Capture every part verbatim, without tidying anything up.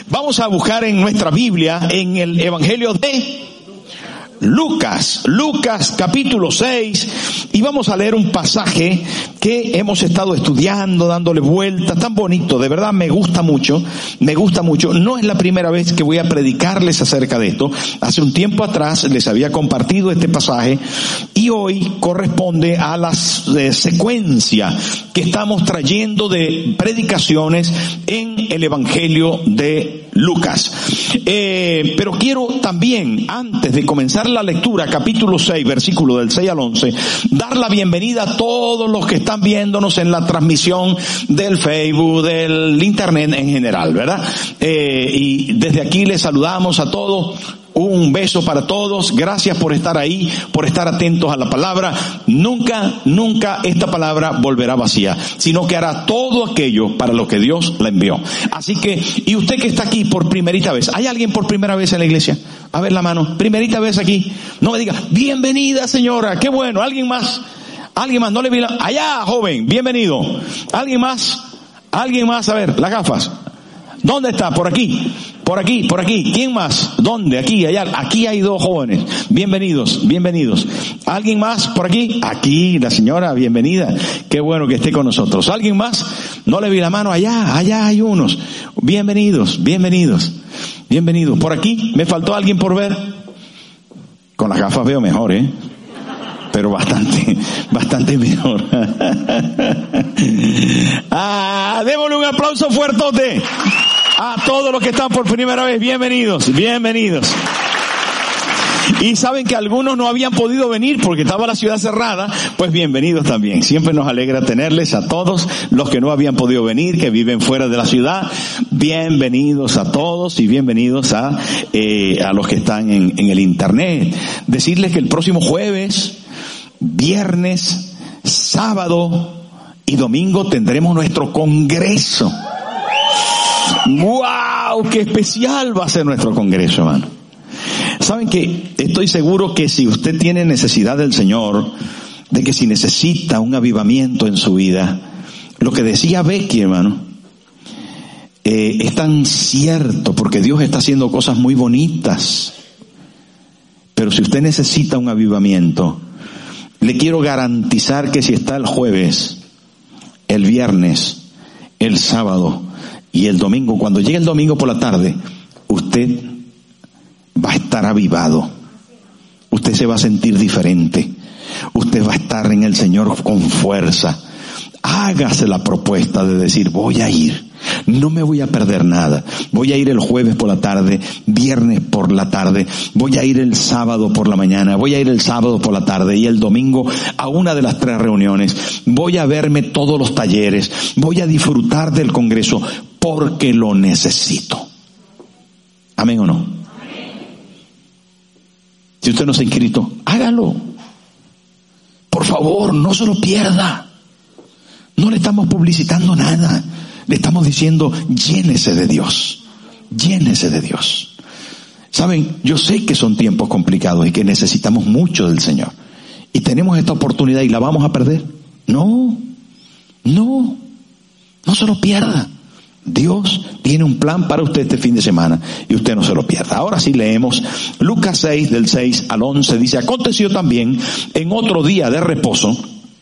Vamos a buscar en nuestra Biblia, en el Evangelio de Lucas, Lucas capítulo seis, y vamos a leer un pasaje que hemos estado estudiando, dándole vueltas, tan bonito, de verdad me gusta mucho, me gusta mucho. No es la primera vez que voy a predicarles acerca de esto. Hace un tiempo atrás les había compartido este pasaje y hoy corresponde a la eh, secuencia que estamos trayendo de predicaciones en el Evangelio de Lucas. Eh, pero quiero también, antes de comenzar la lectura, capítulo seis, versículo del seis al once, dar la bienvenida a todos los que están viéndonos en la transmisión del Facebook, del internet en general, ¿verdad? Eh, y desde aquí les saludamos a todos. Un beso para todos. Gracias por estar ahí, por estar atentos a la palabra. Nunca, nunca esta palabra volverá vacía, sino que hará todo aquello para lo que Dios la envió. Así que, y usted que está aquí por primerita vez, ¿hay alguien por primera vez en la iglesia? A ver la mano. Primerita vez aquí. No me diga, bienvenida señora, qué bueno. ¿Alguien más? ¿Alguien más? No le vi la... Allá, joven, bienvenido. ¿Alguien más? ¿Alguien más? A ver, las gafas. ¿Dónde está? Por aquí, por aquí, por aquí. ¿Quién más? ¿Dónde? Aquí, allá. Aquí hay dos jóvenes. Bienvenidos, bienvenidos. ¿Alguien más por aquí? Aquí, la señora, bienvenida. Qué bueno que esté con nosotros. ¿Alguien más? No le vi la mano. Allá, allá hay unos. Bienvenidos, bienvenidos, bienvenidos. Por aquí, ¿me faltó alguien por ver? Con las gafas veo mejor, ¿eh? Pero bastante, bastante mejor. Ah, démosle un aplauso fuertote a todos los que están por primera vez. Bienvenidos, bienvenidos. Y saben que algunos no habían podido venir porque estaba la ciudad cerrada, pues bienvenidos también. Siempre nos alegra tenerles a todos los que no habían podido venir, que viven fuera de la ciudad. Bienvenidos a todos y bienvenidos a eh, a los que están en, en el internet. Decirles que el próximo jueves, viernes, sábado y domingo tendremos nuestro congreso. ¡Wow! ¡Qué especial va a ser nuestro congreso, hermano! Saben que estoy seguro que si usted tiene necesidad del Señor, de que si necesita un avivamiento en su vida, lo que decía Becky, hermano, eh, es tan cierto, porque Dios está haciendo cosas muy bonitas. Pero si usted necesita un avivamiento, le quiero garantizar que si está el jueves, el viernes, el sábado y el domingo, cuando llegue el domingo por la tarde, usted va a estar avivado. Usted se va a sentir diferente. Usted va a estar en el Señor con fuerza. Hágase la propuesta de decir, voy a ir. No me voy a perder nada. Voy a ir el jueves por la tarde, viernes por la tarde, voy a ir el sábado por la mañana, voy a ir el sábado por la tarde y el domingo a una de las tres reuniones. Voy a verme todos los talleres, voy a disfrutar del congreso porque lo necesito. ¿Amén o no? Si usted no se ha inscrito, hágalo. Por favor, no se lo pierda. No le estamos publicitando nada. Le estamos diciendo, llénese de Dios. Llénese de Dios. Saben, yo sé que son tiempos complicados y que necesitamos mucho del Señor. Y tenemos esta oportunidad y la vamos a perder. No, no, no se lo pierda. Dios tiene un plan para usted este fin de semana y usted no se lo pierda. Ahora sí leemos Lucas seis del seis al once. Dice, aconteció también en otro día de reposo.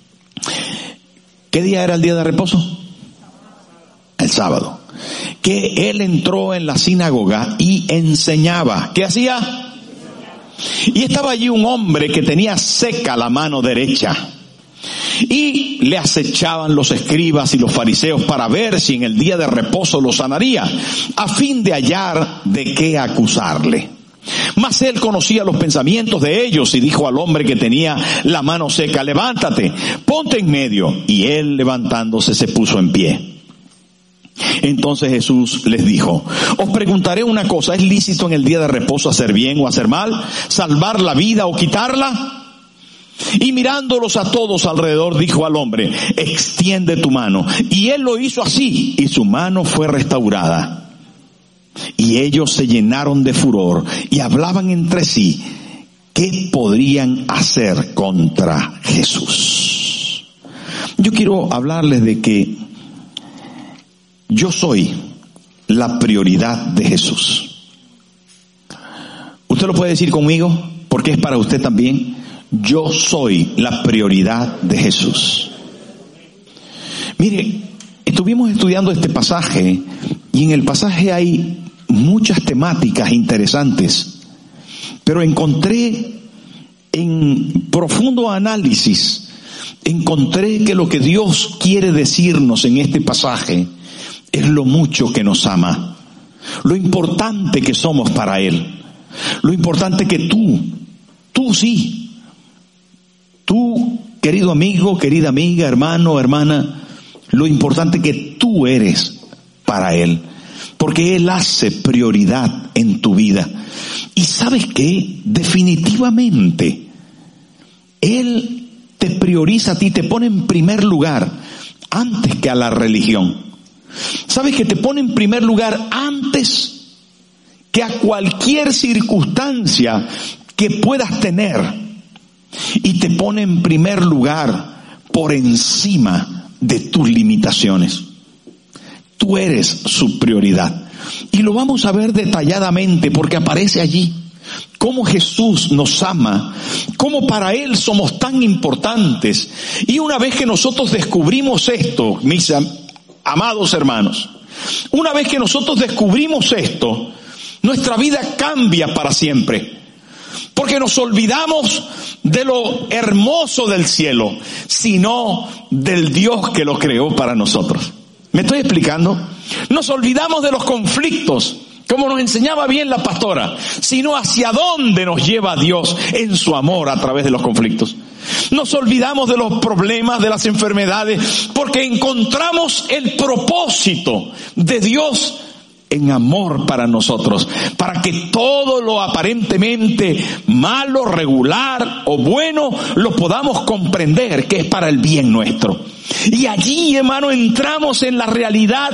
¿Qué día era el día de reposo? El sábado. Que él entró en la sinagoga y enseñaba. ¿Qué hacía? Y estaba allí un hombre que tenía seca la mano derecha. Y le acechaban los escribas y los fariseos para ver si en el día de reposo lo sanaría, a fin de hallar de qué acusarle. Mas él conocía los pensamientos de ellos y dijo al hombre que tenía la mano seca, levántate, ponte en medio. Y él levantándose se puso en pie. Entonces Jesús les dijo, os preguntaré una cosa, ¿es lícito en el día de reposo hacer bien o hacer mal? ¿Salvar la vida o quitarla? Y mirándolos a todos alrededor, dijo al hombre, extiende tu mano. Y él lo hizo así, y su mano fue restaurada. Y ellos se llenaron de furor, y hablaban entre sí, ¿qué podrían hacer contra Jesús? Yo quiero hablarles de que yo soy la prioridad de Jesús. Usted lo puede decir conmigo, porque es para usted también. Yo soy la prioridad de Jesús. Mire, estuvimos estudiando este pasaje y en el pasaje hay muchas temáticas interesantes, pero encontré en profundo análisis, encontré que lo que Dios quiere decirnos en este pasaje es lo mucho que nos ama, lo importante que somos para Él, lo importante que tú, tú sí, tú, querido amigo, querida amiga, hermano, hermana, lo importante que tú eres para Él, porque Él hace prioridad en tu vida. Y ¿sabes qué? Definitivamente, Él te prioriza a ti, te pone en primer lugar antes que a la religión. ¿Sabes que te pone en primer lugar antes que a cualquier circunstancia que puedas tener? Y te pone en primer lugar por encima de tus limitaciones. Tú eres su prioridad. Y lo vamos a ver detalladamente porque aparece allí cómo Jesús nos ama, cómo para Él somos tan importantes. Y una vez que nosotros descubrimos esto, mis amados hermanos, una vez que nosotros descubrimos esto, nuestra vida cambia para siempre. Porque nos olvidamos de lo hermoso del cielo, sino del Dios que lo creó para nosotros. ¿Me estoy explicando? Nos olvidamos de los conflictos, como nos enseñaba bien la pastora, sino hacia dónde nos lleva Dios en su amor a través de los conflictos. Nos olvidamos de los problemas, de las enfermedades, porque encontramos el propósito de Dios en amor para nosotros, para que todo lo aparentemente malo, regular o bueno lo podamos comprender que es para el bien nuestro. Y allí, hermano, entramos en la realidad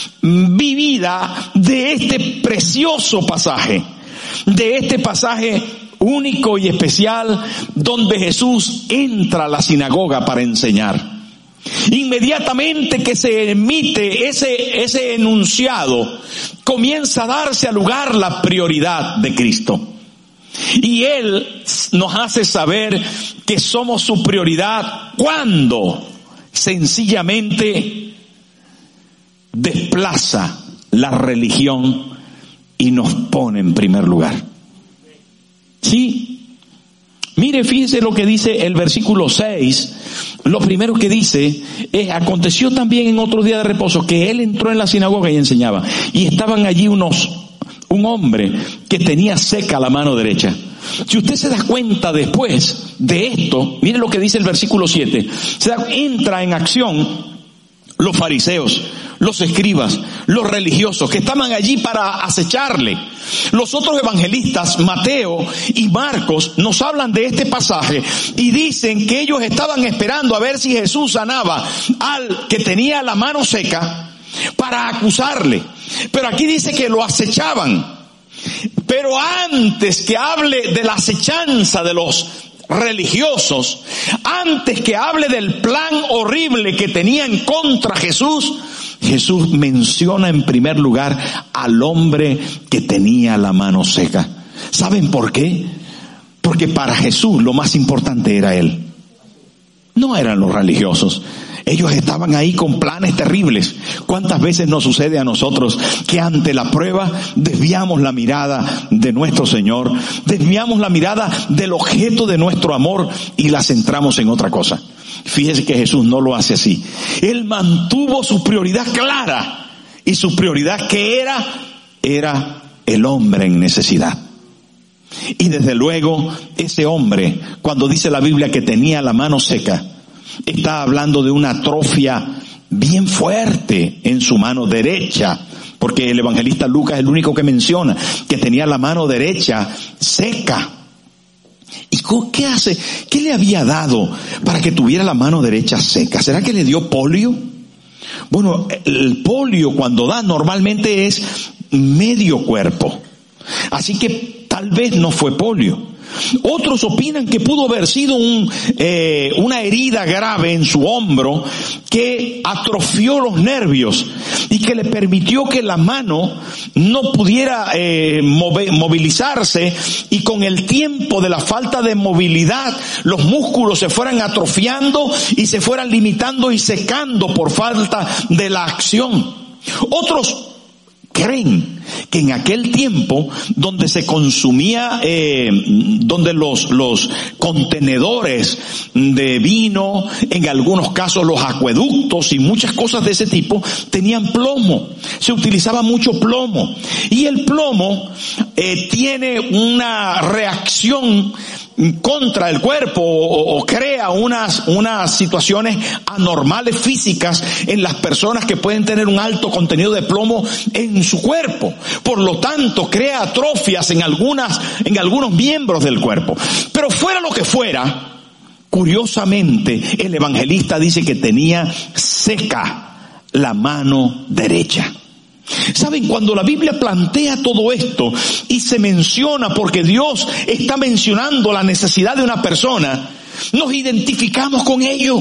vivida de este precioso pasaje, de este pasaje único y especial donde Jesús entra a la sinagoga para enseñar. Inmediatamente que se emite ese, ese enunciado, comienza a darse a lugar la prioridad de Cristo. Y Él nos hace saber que somos su prioridad cuando sencillamente desplaza la religión y nos pone en primer lugar. Sí. Mire, fíjese lo que dice el versículo seis. Lo primero que dice es: aconteció también en otro día de reposo que él entró en la sinagoga y enseñaba. Y estaban allí unos, un hombre que tenía seca la mano derecha. Si usted se da cuenta después de esto, mire lo que dice el versículo siete. Se da, entra en acción los fariseos, los escribas, los religiosos que estaban allí para acecharle. Los otros evangelistas, Mateo y Marcos, nos hablan de este pasaje y dicen que ellos estaban esperando a ver si Jesús sanaba al que tenía la mano seca para acusarle. Pero aquí dice que lo acechaban. Pero antes que hable de la acechanza de los religiosos, antes que hable del plan horrible que tenían contra Jesús, Jesús menciona en primer lugar al hombre que tenía la mano seca. ¿Saben por qué? Porque para Jesús lo más importante era Él. No eran los religiosos. Ellos estaban ahí con planes terribles. ¿Cuántas veces nos sucede a nosotros que ante la prueba desviamos la mirada de nuestro Señor, desviamos la mirada del objeto de nuestro amor y la centramos en otra cosa? Fíjese que Jesús no lo hace así. Él mantuvo su prioridad clara, y su prioridad que era, era el hombre en necesidad. Y desde luego ese hombre, cuando dice la Biblia que tenía la mano seca, está hablando de una atrofia bien fuerte en su mano derecha, porque el evangelista Lucas es el único que menciona que tenía la mano derecha seca. ¿Y qué hace? ¿Qué le había dado para que tuviera la mano derecha seca? ¿Será que le dio polio? Bueno, el polio cuando da normalmente es medio cuerpo, así que tal vez no fue polio. Otros opinan que pudo haber sido un, eh, una herida grave en su hombro que atrofió los nervios y que le permitió que la mano no pudiera eh, mover, movilizarse, y con el tiempo de la falta de movilidad los músculos se fueran atrofiando y se fueran limitando y secando por falta de la acción. Otros creen que en aquel tiempo donde se consumía, eh, donde los, los contenedores de vino, en algunos casos los acueductos y muchas cosas de ese tipo, tenían plomo. Se utilizaba mucho plomo. Y el plomo eh, tiene una reacción contra el cuerpo o, o crea unas, unas situaciones anormales físicas en las personas que pueden tener un alto contenido de plomo en su cuerpo. Por lo tanto, crea atrofias en algunas, en algunos miembros del cuerpo. Pero fuera lo que fuera, curiosamente, el evangelista dice que tenía seca la mano derecha. Saben, cuando la Biblia plantea todo esto y se menciona, porque Dios está mencionando la necesidad de una persona, nos identificamos con ello.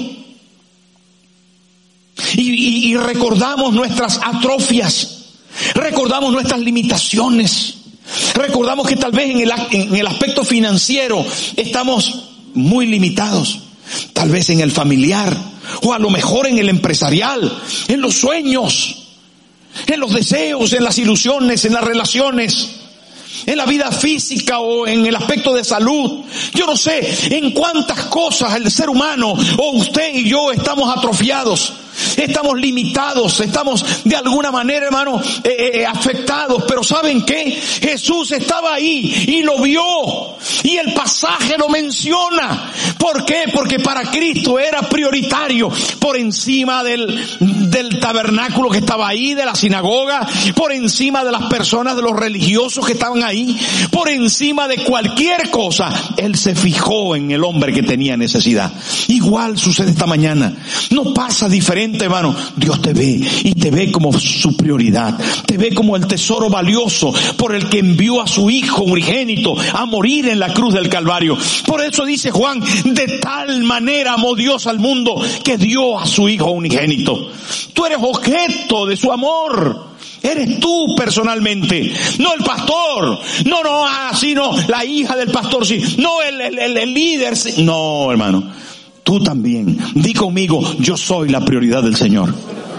Y, y, y recordamos nuestras atrofias. Recordamos nuestras limitaciones. Recordamos que tal vez en el, en el aspecto financiero estamos muy limitados. Tal vez en el familiar, o a lo mejor en el empresarial, en los sueños, en los deseos, en las ilusiones, en las relaciones, en la vida física o en el aspecto de salud. Yo no sé en cuántas cosas el ser humano, o usted y yo, estamos atrofiados. Estamos limitados, estamos de alguna manera, hermano, eh, eh, afectados. Pero ¿saben qué? Jesús estaba ahí y lo vio, y el pasaje lo menciona. ¿Por qué? Porque para Cristo era prioritario, por encima del, del tabernáculo que estaba ahí, de la sinagoga, por encima de las personas, de los religiosos que estaban ahí, por encima de cualquier cosa. Él se fijó en el hombre que tenía necesidad. Igual sucede esta mañana. No pasa diferente, hermano. Dios te ve y te ve como su prioridad, te ve como el tesoro valioso por el que envió a su Hijo unigénito a morir en la cruz del Calvario. Por eso dice Juan: de tal manera amó Dios al mundo que dio a su Hijo unigénito. Tú eres objeto de su amor. Eres tú personalmente, no el pastor, no, no, ah, sino la hija del pastor, sí, no el, el, el, el líder, sí. No, hermano, tú también. Di conmigo: yo soy la prioridad del Señor.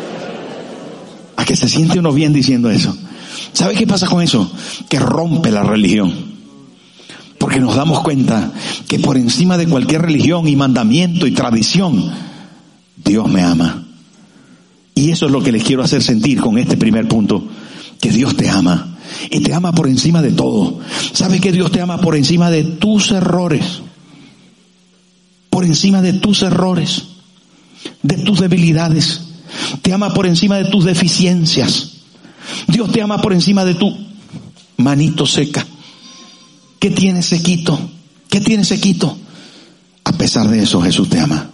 A que se siente uno bien diciendo eso. ¿Sabe qué pasa con eso? Que rompe la religión. Porque nos damos cuenta que por encima de cualquier religión y mandamiento y tradición, Dios me ama. Y eso es lo que les quiero hacer sentir con este primer punto: que Dios te ama, y te ama por encima de todo. ¿Sabes que Dios te ama por encima de tus errores? Por encima de tus errores, de tus debilidades. Te ama por encima de tus deficiencias. Dios te ama por encima de tu manito seca. ¿Qué tienes sequito? ¿Qué tienes sequito? A pesar de eso, Jesús te ama.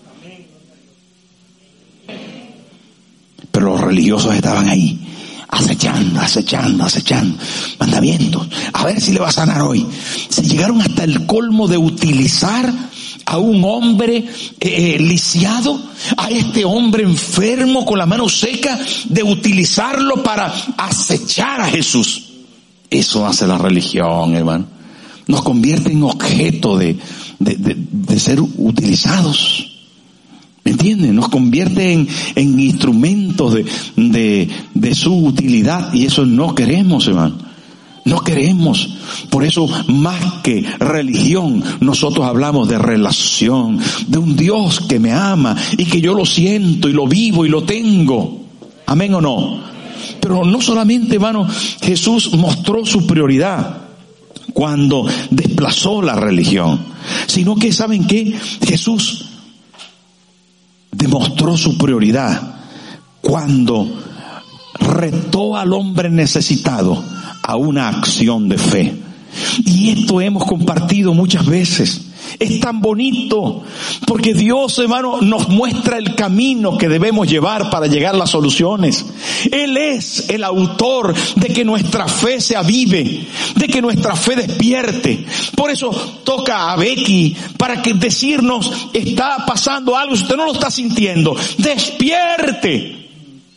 Pero los religiosos estaban ahí, acechando, acechando, acechando, mandamientos, a ver si le va a sanar hoy. Se llegaron hasta el colmo de utilizar a un hombre eh, lisiado, a este hombre enfermo con la mano seca, de utilizarlo para acechar a Jesús. Eso hace la religión, hermano. Nos convierte en objeto de, de, de, de ser utilizados. ¿Me entienden? Nos convierte en, en instrumentos de, de, de su utilidad, y eso no queremos, hermano. No queremos. Por eso, más que religión, nosotros hablamos de relación, de un Dios que me ama y que yo lo siento y lo vivo y lo tengo. ¿Amén o no? Pero no solamente, hermano, Jesús mostró su prioridad cuando desplazó la religión, sino que, ¿saben qué? Jesús demostró su prioridad cuando retó al hombre necesitado a una acción de fe. Y esto hemos compartido muchas veces. Es tan bonito porque Dios, hermano, nos muestra el camino que debemos llevar para llegar a las soluciones. Él es el autor de que nuestra fe se avive, de que nuestra fe despierte. Por eso toca a Becky para que decirnos: está pasando algo, si usted no lo está sintiendo, despierte.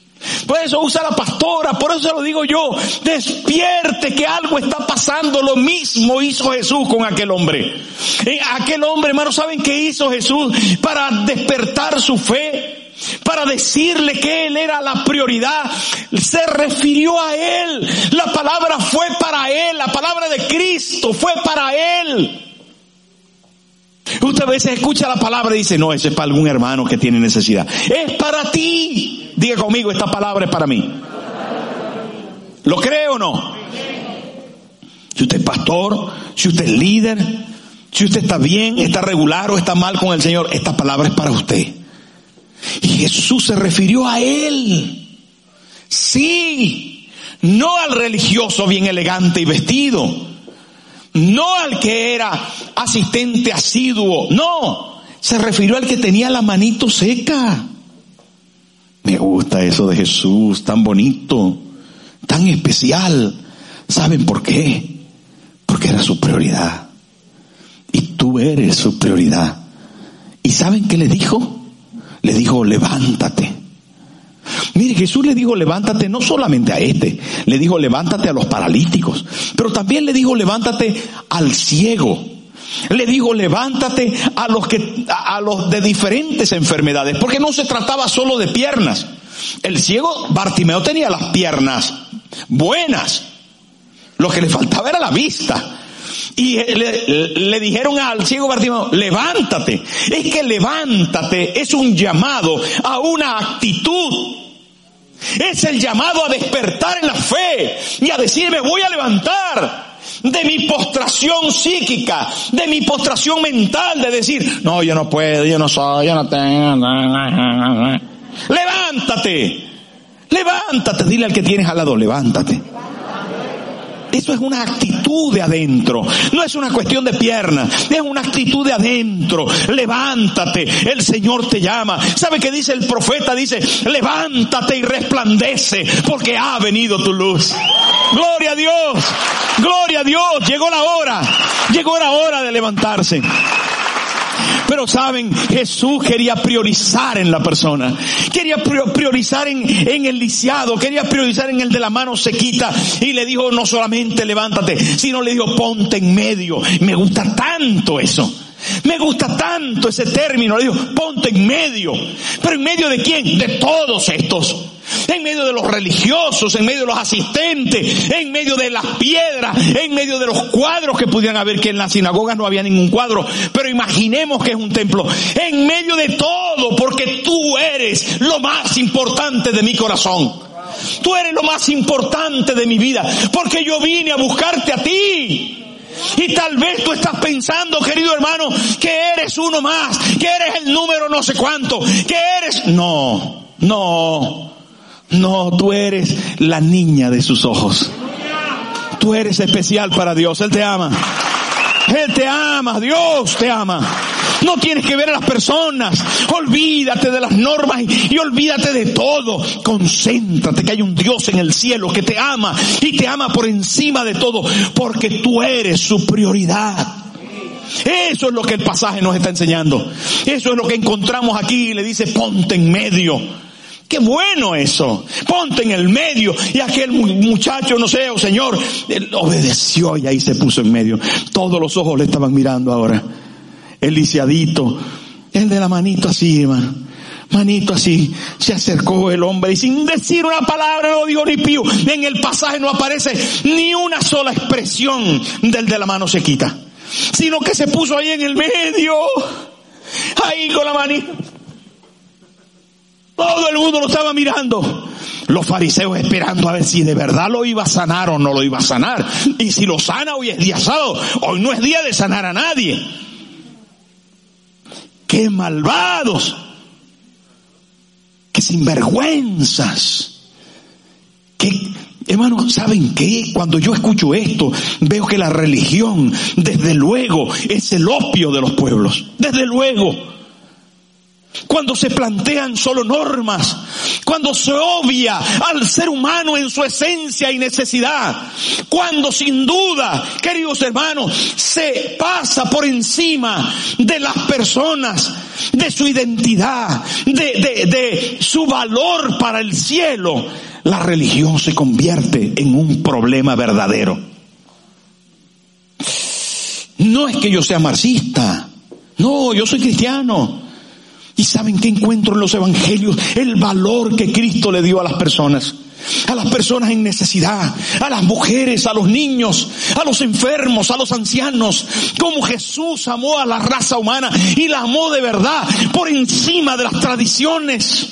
Por eso usa la pastora, por eso se lo digo yo. Despierte, que algo está pasando. Lo mismo hizo Jesús con aquel hombre. Aquel hombre, hermano, ¿saben qué hizo Jesús para despertar su fe? Para decirle que Él era la prioridad. Se refirió a Él. La palabra fue para Él. La palabra de Cristo fue para Él. Usted a veces escucha la palabra y dice, no, eso es para algún hermano que tiene necesidad. Es para ti. Diga conmigo, esta palabra es para mí. ¿Lo cree o no? Si usted es pastor, si usted es líder, si usted está bien, está regular o está mal con el Señor, esta palabra es para usted. Y Jesús se refirió a Él. Sí, no al religioso bien elegante y vestido. No al que era asistente asiduo, no, se refirió al que tenía la manito seca. Me gusta eso de Jesús, tan bonito, tan especial. ¿Saben por qué? Porque era su prioridad. Y tú eres su prioridad. ¿Y saben qué le dijo? Le dijo, levántate. Mire, Jesús le dijo levántate no solamente a este, le dijo levántate a los paralíticos, pero también le dijo levántate al ciego, le dijo levántate a los que, a los de diferentes enfermedades, porque no se trataba solo de piernas. El ciego Bartimeo tenía las piernas buenas, lo que le faltaba era la vista. Y le, le dijeron al ciego Bartimeo, levántate. Es que levántate es un llamado a una actitud. Es el llamado a despertar en la fe y a decir, me voy a levantar de mi postración psíquica, de mi postración mental, de decir, no, yo no puedo, yo no soy, yo no tengo. Levántate, levántate, dile al que tienes al lado, levántate. Eso es una actitud de adentro, no es una cuestión de piernas, es una actitud de adentro. Levántate, el Señor te llama. ¿Sabe qué dice el profeta? Dice, levántate y resplandece, porque ha venido tu luz. Gloria a Dios, gloria a Dios, llegó la hora, llegó la hora de levantarse. Pero saben, Jesús quería priorizar en la persona, quería priorizar en, en el lisiado, quería priorizar en el de la mano sequita, y le dijo no solamente levántate, sino le dijo ponte en medio. Me gusta tanto eso, me gusta tanto ese término, le dijo ponte en medio. ¿Pero en medio de quién? De todos estos. En medio de los religiosos, en medio de los asistentes, en medio de las piedras, en medio de los cuadros que pudieran haber, que en las sinagogas no había ningún cuadro, pero imaginemos que es un templo. En medio de todo, porque tú eres lo más importante de mi corazón. Tú eres lo más importante de mi vida, porque yo vine a buscarte a ti. Y tal vez tú estás pensando, querido hermano, que eres uno más, que eres el número no sé cuánto, que eres... No, no, no, tú eres la niña de sus ojos. Tú eres especial para Dios, Él te ama. Él te ama, Dios te ama. No tienes que ver a las personas. Olvídate de las normas y, y olvídate de todo. Concéntrate que hay un Dios en el cielo que te ama y te ama por encima de todo, porque tú eres su prioridad. Eso es lo que el pasaje nos está enseñando. Eso es lo que encontramos aquí. Le dice ponte en medio. Qué bueno eso, ponte en el medio. Y aquel muchacho, no sé, o señor, él obedeció y ahí se puso en medio. Todos los ojos le estaban mirando ahora. El lisiadito, el de la manito así, hermano, manito así, se acercó el hombre y sin decir una palabra, no dijo ni pío. En el pasaje no aparece ni una sola expresión del de la mano sequita, sino que se puso ahí en el medio, ahí con la manita. Todo el mundo lo estaba mirando. Los fariseos esperando a ver si de verdad lo iba a sanar o no lo iba a sanar. Y si lo sana, hoy es día sábado. Hoy no es día de sanar a nadie. ¡Qué malvados! ¡Qué sinvergüenzas! ¡Qué... Hermanos, ¿saben qué? Cuando yo escucho esto, veo que la religión, desde luego, es el opio de los pueblos. Desde luego. cuando se plantean solo normas, cuando se obvia al ser humano en su esencia y necesidad, cuando sin duda, queridos hermanos, se pasa por encima de las personas, de su identidad, de, de, de su valor para el cielo, la religión se convierte en un problema verdadero. No es que yo sea marxista, no, yo soy cristiano. ¿Y saben qué encuentro en los evangelios? El valor que Cristo le dio a las personas. A las personas en necesidad, a las mujeres, a los niños, a los enfermos, a los ancianos. Como Jesús amó a la raza humana y la amó de verdad por encima de las tradiciones.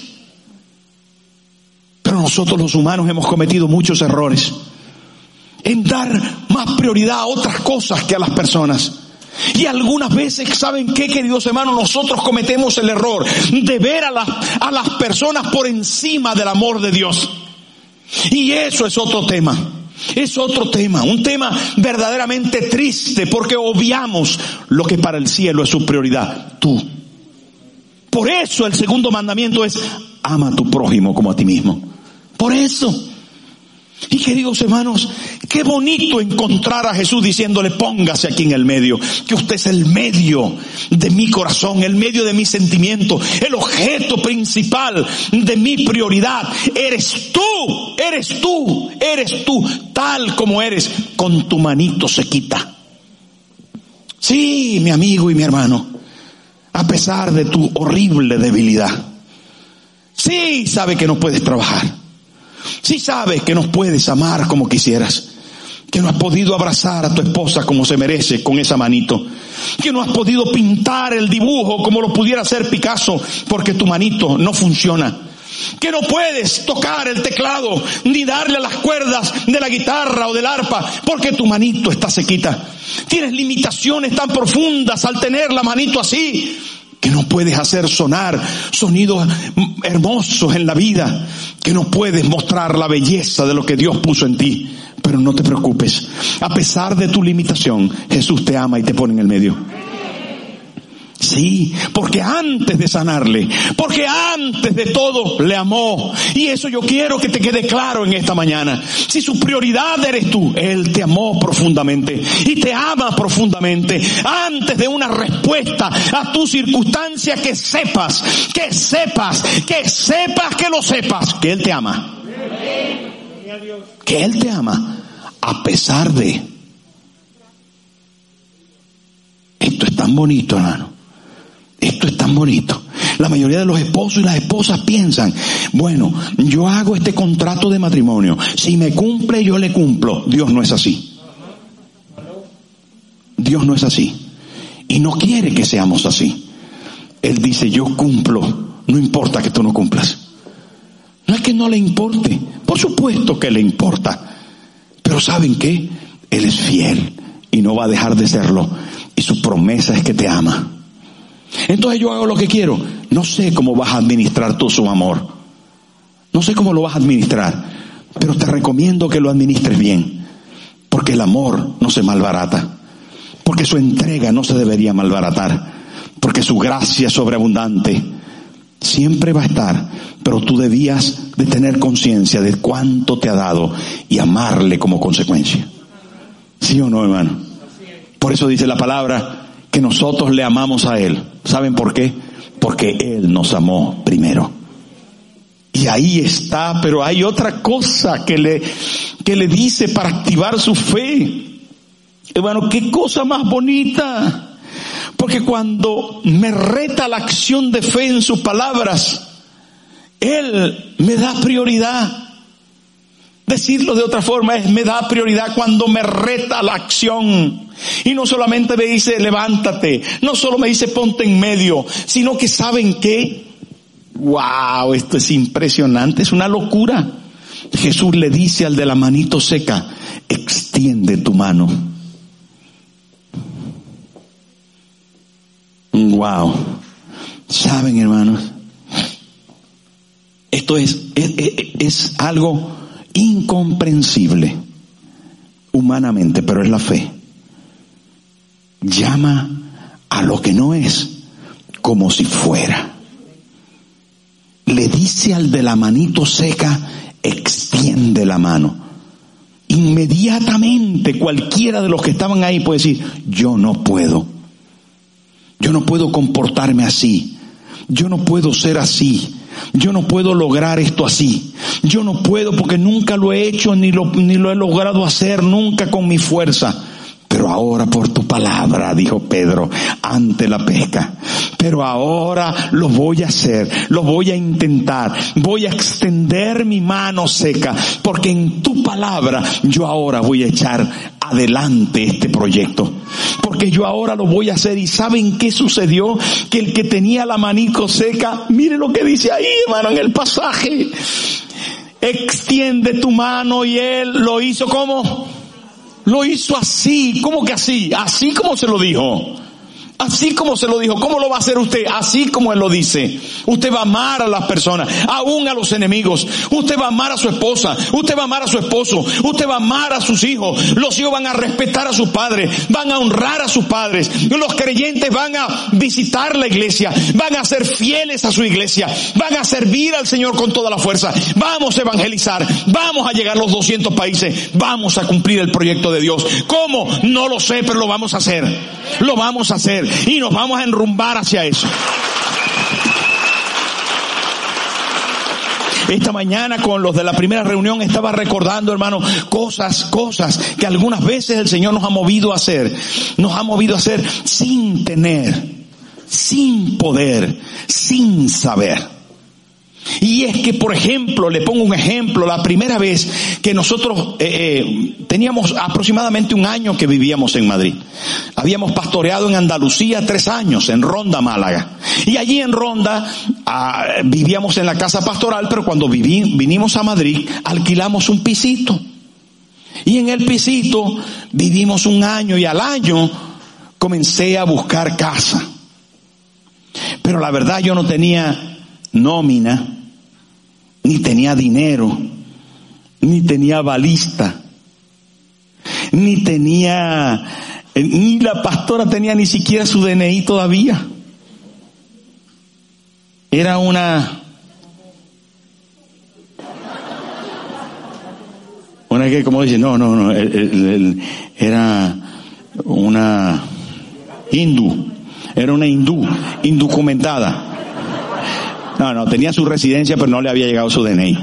Pero nosotros los humanos hemos cometido muchos errores en dar más prioridad a otras cosas que a las personas. Y algunas veces, ¿saben qué, queridos hermanos? Nosotros cometemos el error de ver a las, a las personas por encima del amor de Dios. Y eso es otro tema. Es otro tema. Un tema verdaderamente triste porque obviamos lo que para el cielo es su prioridad. Tú. Por eso el segundo mandamiento es: ama a tu prójimo como a ti mismo. Por eso. Y queridos hermanos, qué bonito encontrar a Jesús diciéndole: póngase aquí en el medio, que usted es el medio de mi corazón, el medio de mi sentimiento, el objeto principal de mi prioridad. Eres tú, eres tú, eres tú, tal como eres, con tu manito sequita. Sí, mi amigo y mi hermano, a pesar de tu horrible debilidad, sí sabe que no puedes trabajar. Sí sabes que no puedes amar como quisieras, que no has podido abrazar a tu esposa como se merece con esa manito, que no has podido pintar el dibujo como lo pudiera hacer Picasso porque tu manito no funciona, que no puedes tocar el teclado ni darle a las cuerdas de la guitarra o del arpa porque tu manito está sequita. Tienes limitaciones tan profundas al tener la manito así, que no puedes hacer sonar sonidos hermosos en la vida, que no puedes mostrar la belleza de lo que Dios puso en ti. Pero no te preocupes, a pesar de tu limitación, Jesús te ama y te pone en el medio. Sí, porque antes de sanarle, porque antes de todo le amó. Y eso yo quiero que te quede claro en esta mañana. Si su prioridad eres tú, Él te amó profundamente y te ama profundamente. Antes de una respuesta a tu circunstancia, que sepas, que sepas, que sepas, que lo sepas, que Él te ama. Que Él te ama a pesar de. Esto es tan bonito, hermano. Esto es tan bonito. La mayoría de los esposos y las esposas piensan: bueno, yo hago este contrato de matrimonio, si me cumple yo le cumplo. Dios no es así. Dios no es así. Y no quiere que seamos así. Él dice: yo cumplo, no importa que tú no cumplas. No es que no le importe, por supuesto que le importa. Pero ¿saben qué? Él es fiel y no va a dejar de serlo. Y su promesa es que te ama. Entonces yo hago lo que quiero. No sé cómo vas a administrar tú su amor. No sé cómo lo vas a administrar. Pero te recomiendo que lo administres bien. Porque el amor no se malbarata. Porque su entrega no se debería malbaratar. Porque su gracia sobreabundante siempre va a estar. Pero tú debías de tener conciencia de cuánto te ha dado y amarle como consecuencia. ¿Sí o no, hermano? Por eso dice la palabra que nosotros le amamos a Él. ¿Saben por qué? Porque Él nos amó primero. Y ahí está, pero hay otra cosa que le, que le dice para activar su fe. Hermano, qué cosa más bonita. Porque cuando me reta la acción de fe en sus palabras, Él me da prioridad. Decirlo de otra forma es: me da prioridad cuando me reta la acción. Y no solamente me dice levántate, no solo me dice ponte en medio, sino que ¿saben qué? ¡Wow! Esto es impresionante, es una locura. Jesús le dice al de la manito seca: extiende tu mano. ¡Wow! ¿Saben, hermanos? Esto es, es, es, es algo incomprensible humanamente, pero es la fe. Llama a lo que no es como si fuera. le dice al de la manito seca, extiende la mano. Inmediatamente cualquiera de los que estaban ahí puede decir, yo no puedo. Yo no puedo comportarme así. Yo no puedo ser así. Yo no puedo lograr esto así. Yo no puedo porque nunca lo he hecho ni lo, ni lo he logrado hacer nunca con mi fuerza. Pero ahora por tu palabra, dijo Pedro, ante la pesca. Pero ahora lo voy a hacer, lo voy a intentar. Voy a extender mi mano seca, porque en tu palabra yo ahora voy a echar adelante este proyecto. Porque yo ahora lo voy a hacer. ¿Y saben qué sucedió? Que el que tenía la manito seca, mire lo que dice ahí, hermano, en el pasaje. Extiende tu mano, y él lo hizo ¿cómo? Lo hizo así. ¿Cómo que así? Así como se lo dijo. Así como se lo dijo. ¿Cómo lo va a hacer usted? Así como él lo dice. Usted va a amar a las personas, aún a los enemigos. Usted va a amar a su esposa. Usted va a amar a su esposo. Usted va a amar a sus hijos. Los hijos van a respetar a sus padres. Van a honrar a sus padres. Los creyentes van a visitar la iglesia. Van a ser fieles a su iglesia. Van a servir al Señor con toda la fuerza. Vamos a evangelizar. Vamos a llegar a los doscientos países. Vamos a cumplir el proyecto de Dios. ¿Cómo? No lo sé, pero lo vamos a hacer. Lo vamos a hacer. Y nos vamos a enrumbar hacia eso. Esta mañana con los de la primera reunión estaba recordando, hermano, cosas, cosas que algunas veces el Señor nos ha movido a hacer. Nos ha movido a hacer sin tener, sin poder, sin saber. Y es que, por ejemplo, le pongo un ejemplo, la primera vez que nosotros eh, eh, teníamos aproximadamente un año que vivíamos en Madrid. Habíamos pastoreado en Andalucía tres años, en Ronda, Málaga. Y allí en Ronda ah, vivíamos en la casa pastoral, pero cuando viví, vinimos a Madrid, alquilamos un pisito. Y en el pisito vivimos un año, y al año comencé a buscar casa. Pero la verdad yo no tenía nómina, ni tenía dinero, ni tenía balista, ni tenía, ni la pastora tenía ni siquiera su D N I todavía. Era una, una que, como dice, no, no, no, el, el, el, era una hindú, era una hindú, indocumentada. No, no, tenía su residencia, pero no le había llegado su D N I.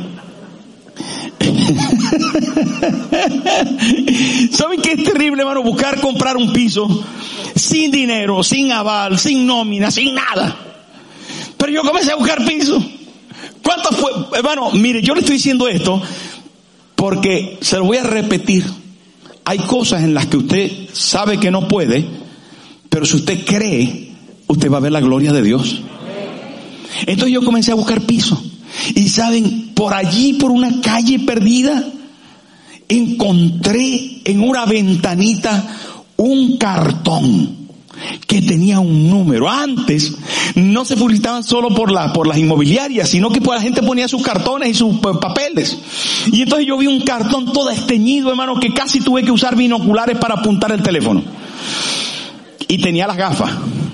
¿Saben qué es terrible, hermano? Buscar comprar un piso sin dinero, sin aval, sin nómina, sin nada. Pero yo comencé a buscar piso. ¿Cuánto fue? Hermano, mire, yo le estoy diciendo esto porque se lo voy a repetir. Hay cosas en las que usted sabe que no puede, pero si usted cree, usted va a ver la gloria de Dios. Entonces yo comencé a buscar piso. Y saben, por allí, por una calle perdida, encontré en una ventanita un cartón que tenía un número. Antes no se publicitaban solo por la, por las inmobiliarias, sino que pues la gente ponía sus cartones y sus papeles. Y entonces yo vi un cartón todo esteñido, hermano, que casi tuve que usar binoculares para apuntar el teléfono. Y tenía las gafas.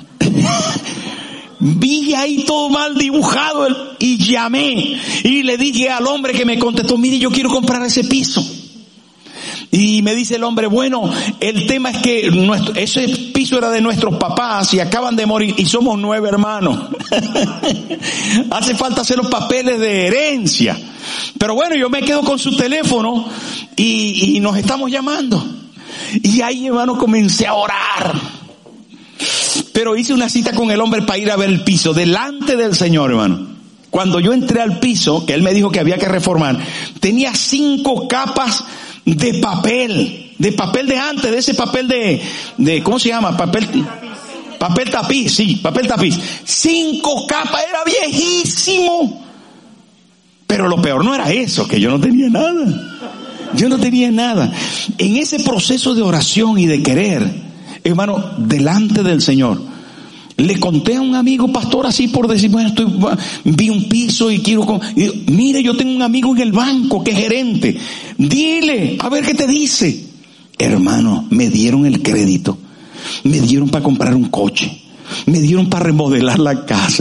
Vi ahí todo mal dibujado y llamé y le dije al hombre que me contestó, mire, yo quiero comprar ese piso. Y me dice el hombre, bueno, el tema es que nuestro, ese piso era de nuestros papás y acaban de morir y somos nueve hermanos. Hace falta hacer los papeles de herencia. Pero bueno, yo me quedo con su teléfono y, y nos estamos llamando. Y ahí, hermano, comencé a orar. Pero hice una cita con el hombre para ir a ver el piso delante del Señor, hermano. Cuando yo entré al piso, que él me dijo que había que reformar, tenía cinco capas de papel, de papel de antes, de ese papel de, de ¿cómo se llama? Papel, papel tapiz, sí, papel tapiz. Cinco capas, era viejísimo. Pero lo peor no era eso, que yo no tenía nada. Yo no tenía nada. En ese proceso de oración y de querer, hermano, delante del Señor, le conté a un amigo pastor así por decir, bueno, estoy, vi un piso y quiero, y digo, mire, yo tengo un amigo en el banco que es gerente, dile, a ver qué te dice. Hermano, me dieron el crédito, me dieron para comprar un coche, me dieron para remodelar la casa,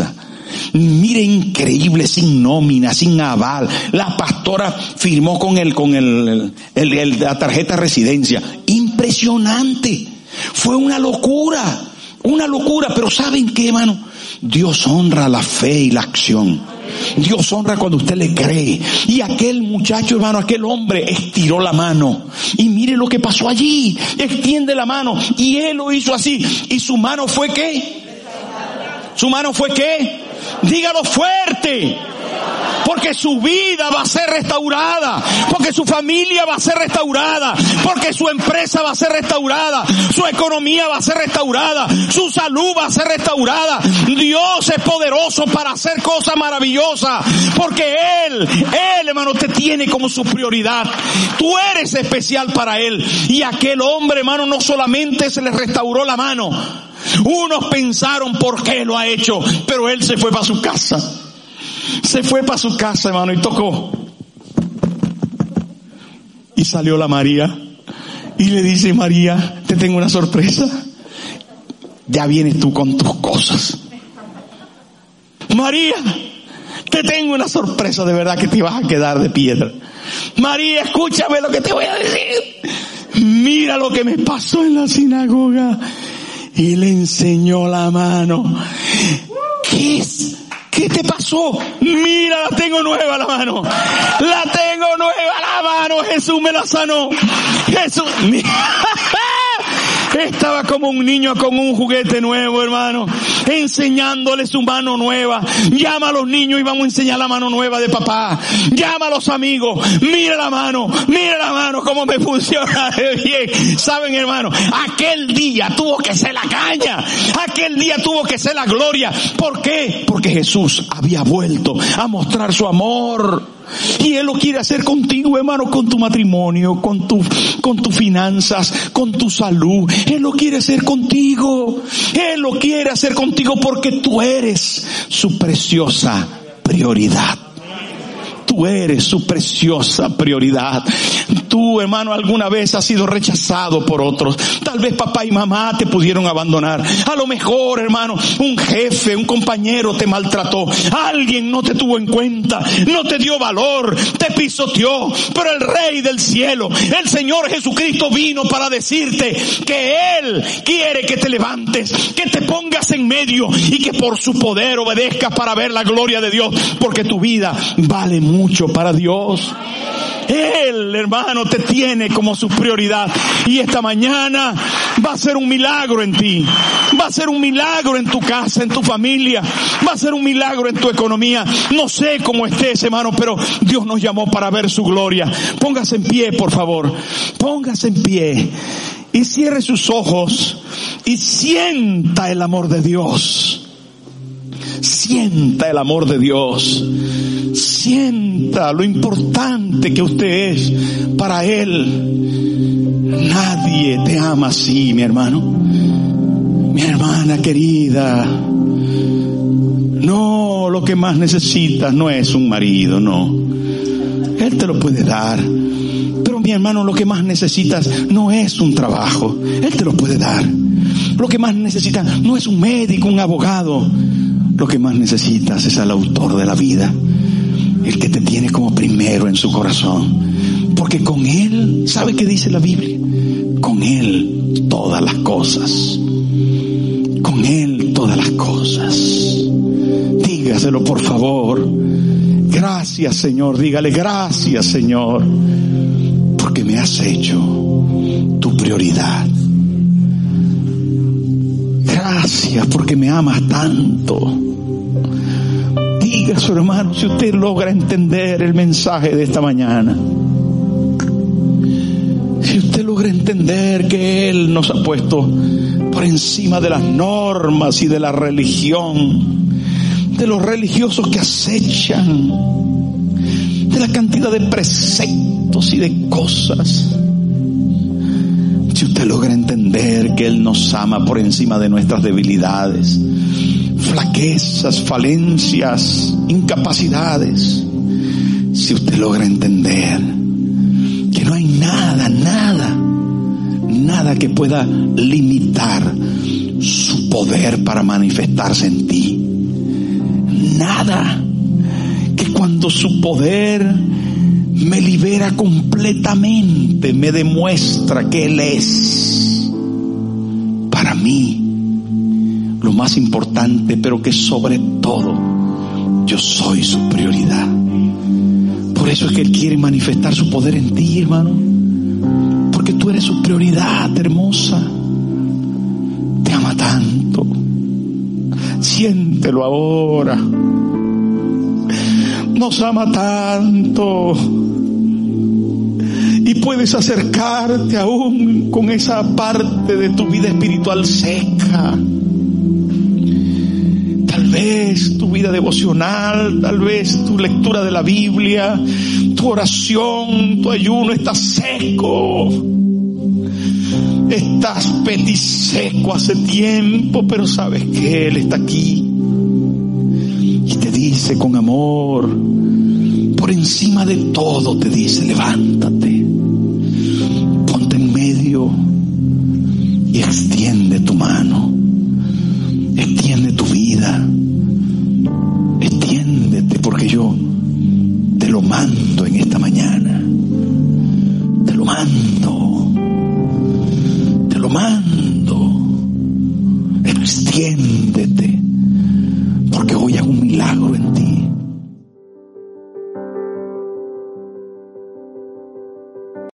Mire, increíble, sin nómina, sin aval. La pastora firmó con el, con el, el, el la tarjeta de residencia. Impresionante. Fue una locura, una locura. Pero ¿saben qué, hermano? Dios honra la fe y la acción. Dios honra cuando usted le cree. Y aquel muchacho, hermano, aquel hombre estiró la mano. Y mire lo que pasó allí. Extiende la mano. Y él lo hizo así. ¿Y su mano fue qué? ¿Su mano fue qué? Dígalo fuerte. Porque su vida va a ser restaurada, porque su familia va a ser restaurada, porque su empresa va a ser restaurada, su economía va a ser restaurada, su salud va a ser restaurada. Dios es poderoso para hacer cosas maravillosas, porque Él, Él, hermano, te tiene como su prioridad. Tú eres especial para Él. Y aquel hombre, hermano, no solamente se le restauró la mano. Unos pensaron por qué lo ha hecho, pero él se fue para su casa. Se fue para su casa, hermano, y tocó. Y salió la María. Y le dice: María, te tengo una sorpresa. Ya vienes tú con tus cosas. María, te tengo una sorpresa, de verdad que te vas a quedar de piedra. María, escúchame lo que te voy a decir. Mira lo que me pasó en la sinagoga. Y le enseñó la mano. ¿Qué es? ¿Qué te pasó? Mira, la tengo nueva la mano. La tengo nueva la mano. Jesús me la sanó. Jesús. Estaba como un niño con un juguete nuevo, hermano, enseñándole su mano nueva. Llama a los niños y vamos a enseñar la mano nueva de papá. Llama a los amigos. Mira la mano, mira la mano cómo me funciona bien. Saben, hermano, aquel día tuvo que ser la caña. Aquel día tuvo que ser la gloria. ¿Por qué? Porque Jesús había vuelto a mostrar su amor. Y Él lo quiere hacer contigo, hermano, con tu matrimonio, con tu, con tus finanzas, con tu salud. Él lo quiere hacer contigo. Él lo quiere hacer contigo porque tú eres su preciosa prioridad. Tú eres su preciosa prioridad. Tú, hermano, alguna vez has sido rechazado por otros. Tal vez papá y mamá te pudieron abandonar. A lo mejor, hermano, un jefe, un compañero te maltrató. Alguien no te tuvo en cuenta, no te dio valor, te pisoteó. Pero el Rey del cielo, el Señor Jesucristo, vino para decirte que Él quiere que te levantes, que te pongas en medio y que por su poder obedezcas para ver la gloria de Dios. Porque tu vida vale mucho para Dios. Él, hermano, te tiene como su prioridad. Y esta mañana va a ser un milagro en ti. Va a ser un milagro en tu casa, en tu familia. Va a ser un milagro en tu economía. No sé cómo estés, hermano, pero Dios nos llamó para ver su gloria. Póngase en pie, por favor. Póngase en pie. Y cierre sus ojos. Y sienta el amor de Dios. Sienta el amor de Dios. Sienta lo importante que usted es para Él. Nadie te ama así, mi hermano. Mi hermana querida. No, lo que más necesitas no es un marido, no. Él te lo puede dar. Pero mi hermano, lo que más necesitas no es un trabajo. Él te lo puede dar. Lo que más necesitas no es un médico, un abogado. Lo que más necesitas es al autor de la vida, el que te tiene como primero en su corazón. Porque con Él, ¿sabe qué dice la Biblia? Con Él todas las cosas. Con Él todas las cosas. Dígaselo, por favor. Gracias, Señor. Dígale: gracias, Señor, porque me has hecho tu prioridad. Gracias porque me amas tanto. Diga a su hermano, si usted logra entender el mensaje de esta mañana, si usted logra entender que Él nos ha puesto por encima de las normas y de la religión, de los religiosos que acechan, de la cantidad de preceptos y de cosas. Si usted logra entender que Él nos ama por encima de nuestras debilidades, flaquezas, falencias, incapacidades. Si usted logra entender que no hay nada, nada, nada que pueda limitar su poder para manifestarse en ti. nada que cuando su poder me libera completamente, me demuestra que Él es para mí lo más importante, pero que sobre todo yo soy su prioridad. Por eso es que Él quiere manifestar su poder en ti, hermano, porque tú eres su prioridad, hermosa. Te ama tanto. Siéntelo ahora. Nos ama tanto. Y puedes acercarte aún con esa parte de tu vida espiritual seca. Tal vez tu vida devocional, tal vez tu lectura de la Biblia, tu oración, tu ayuno está seco. Estás petiseco hace tiempo, pero sabes que Él está aquí. Y te dice con amor, por encima de todo te dice, levántate, ponte en medio y extiende tu mano, extiende tu vida, extiéndete, porque yo te lo mando en esta mañana, te lo mando, te lo mando, extiéndete, porque hoy hago un milagro en ti.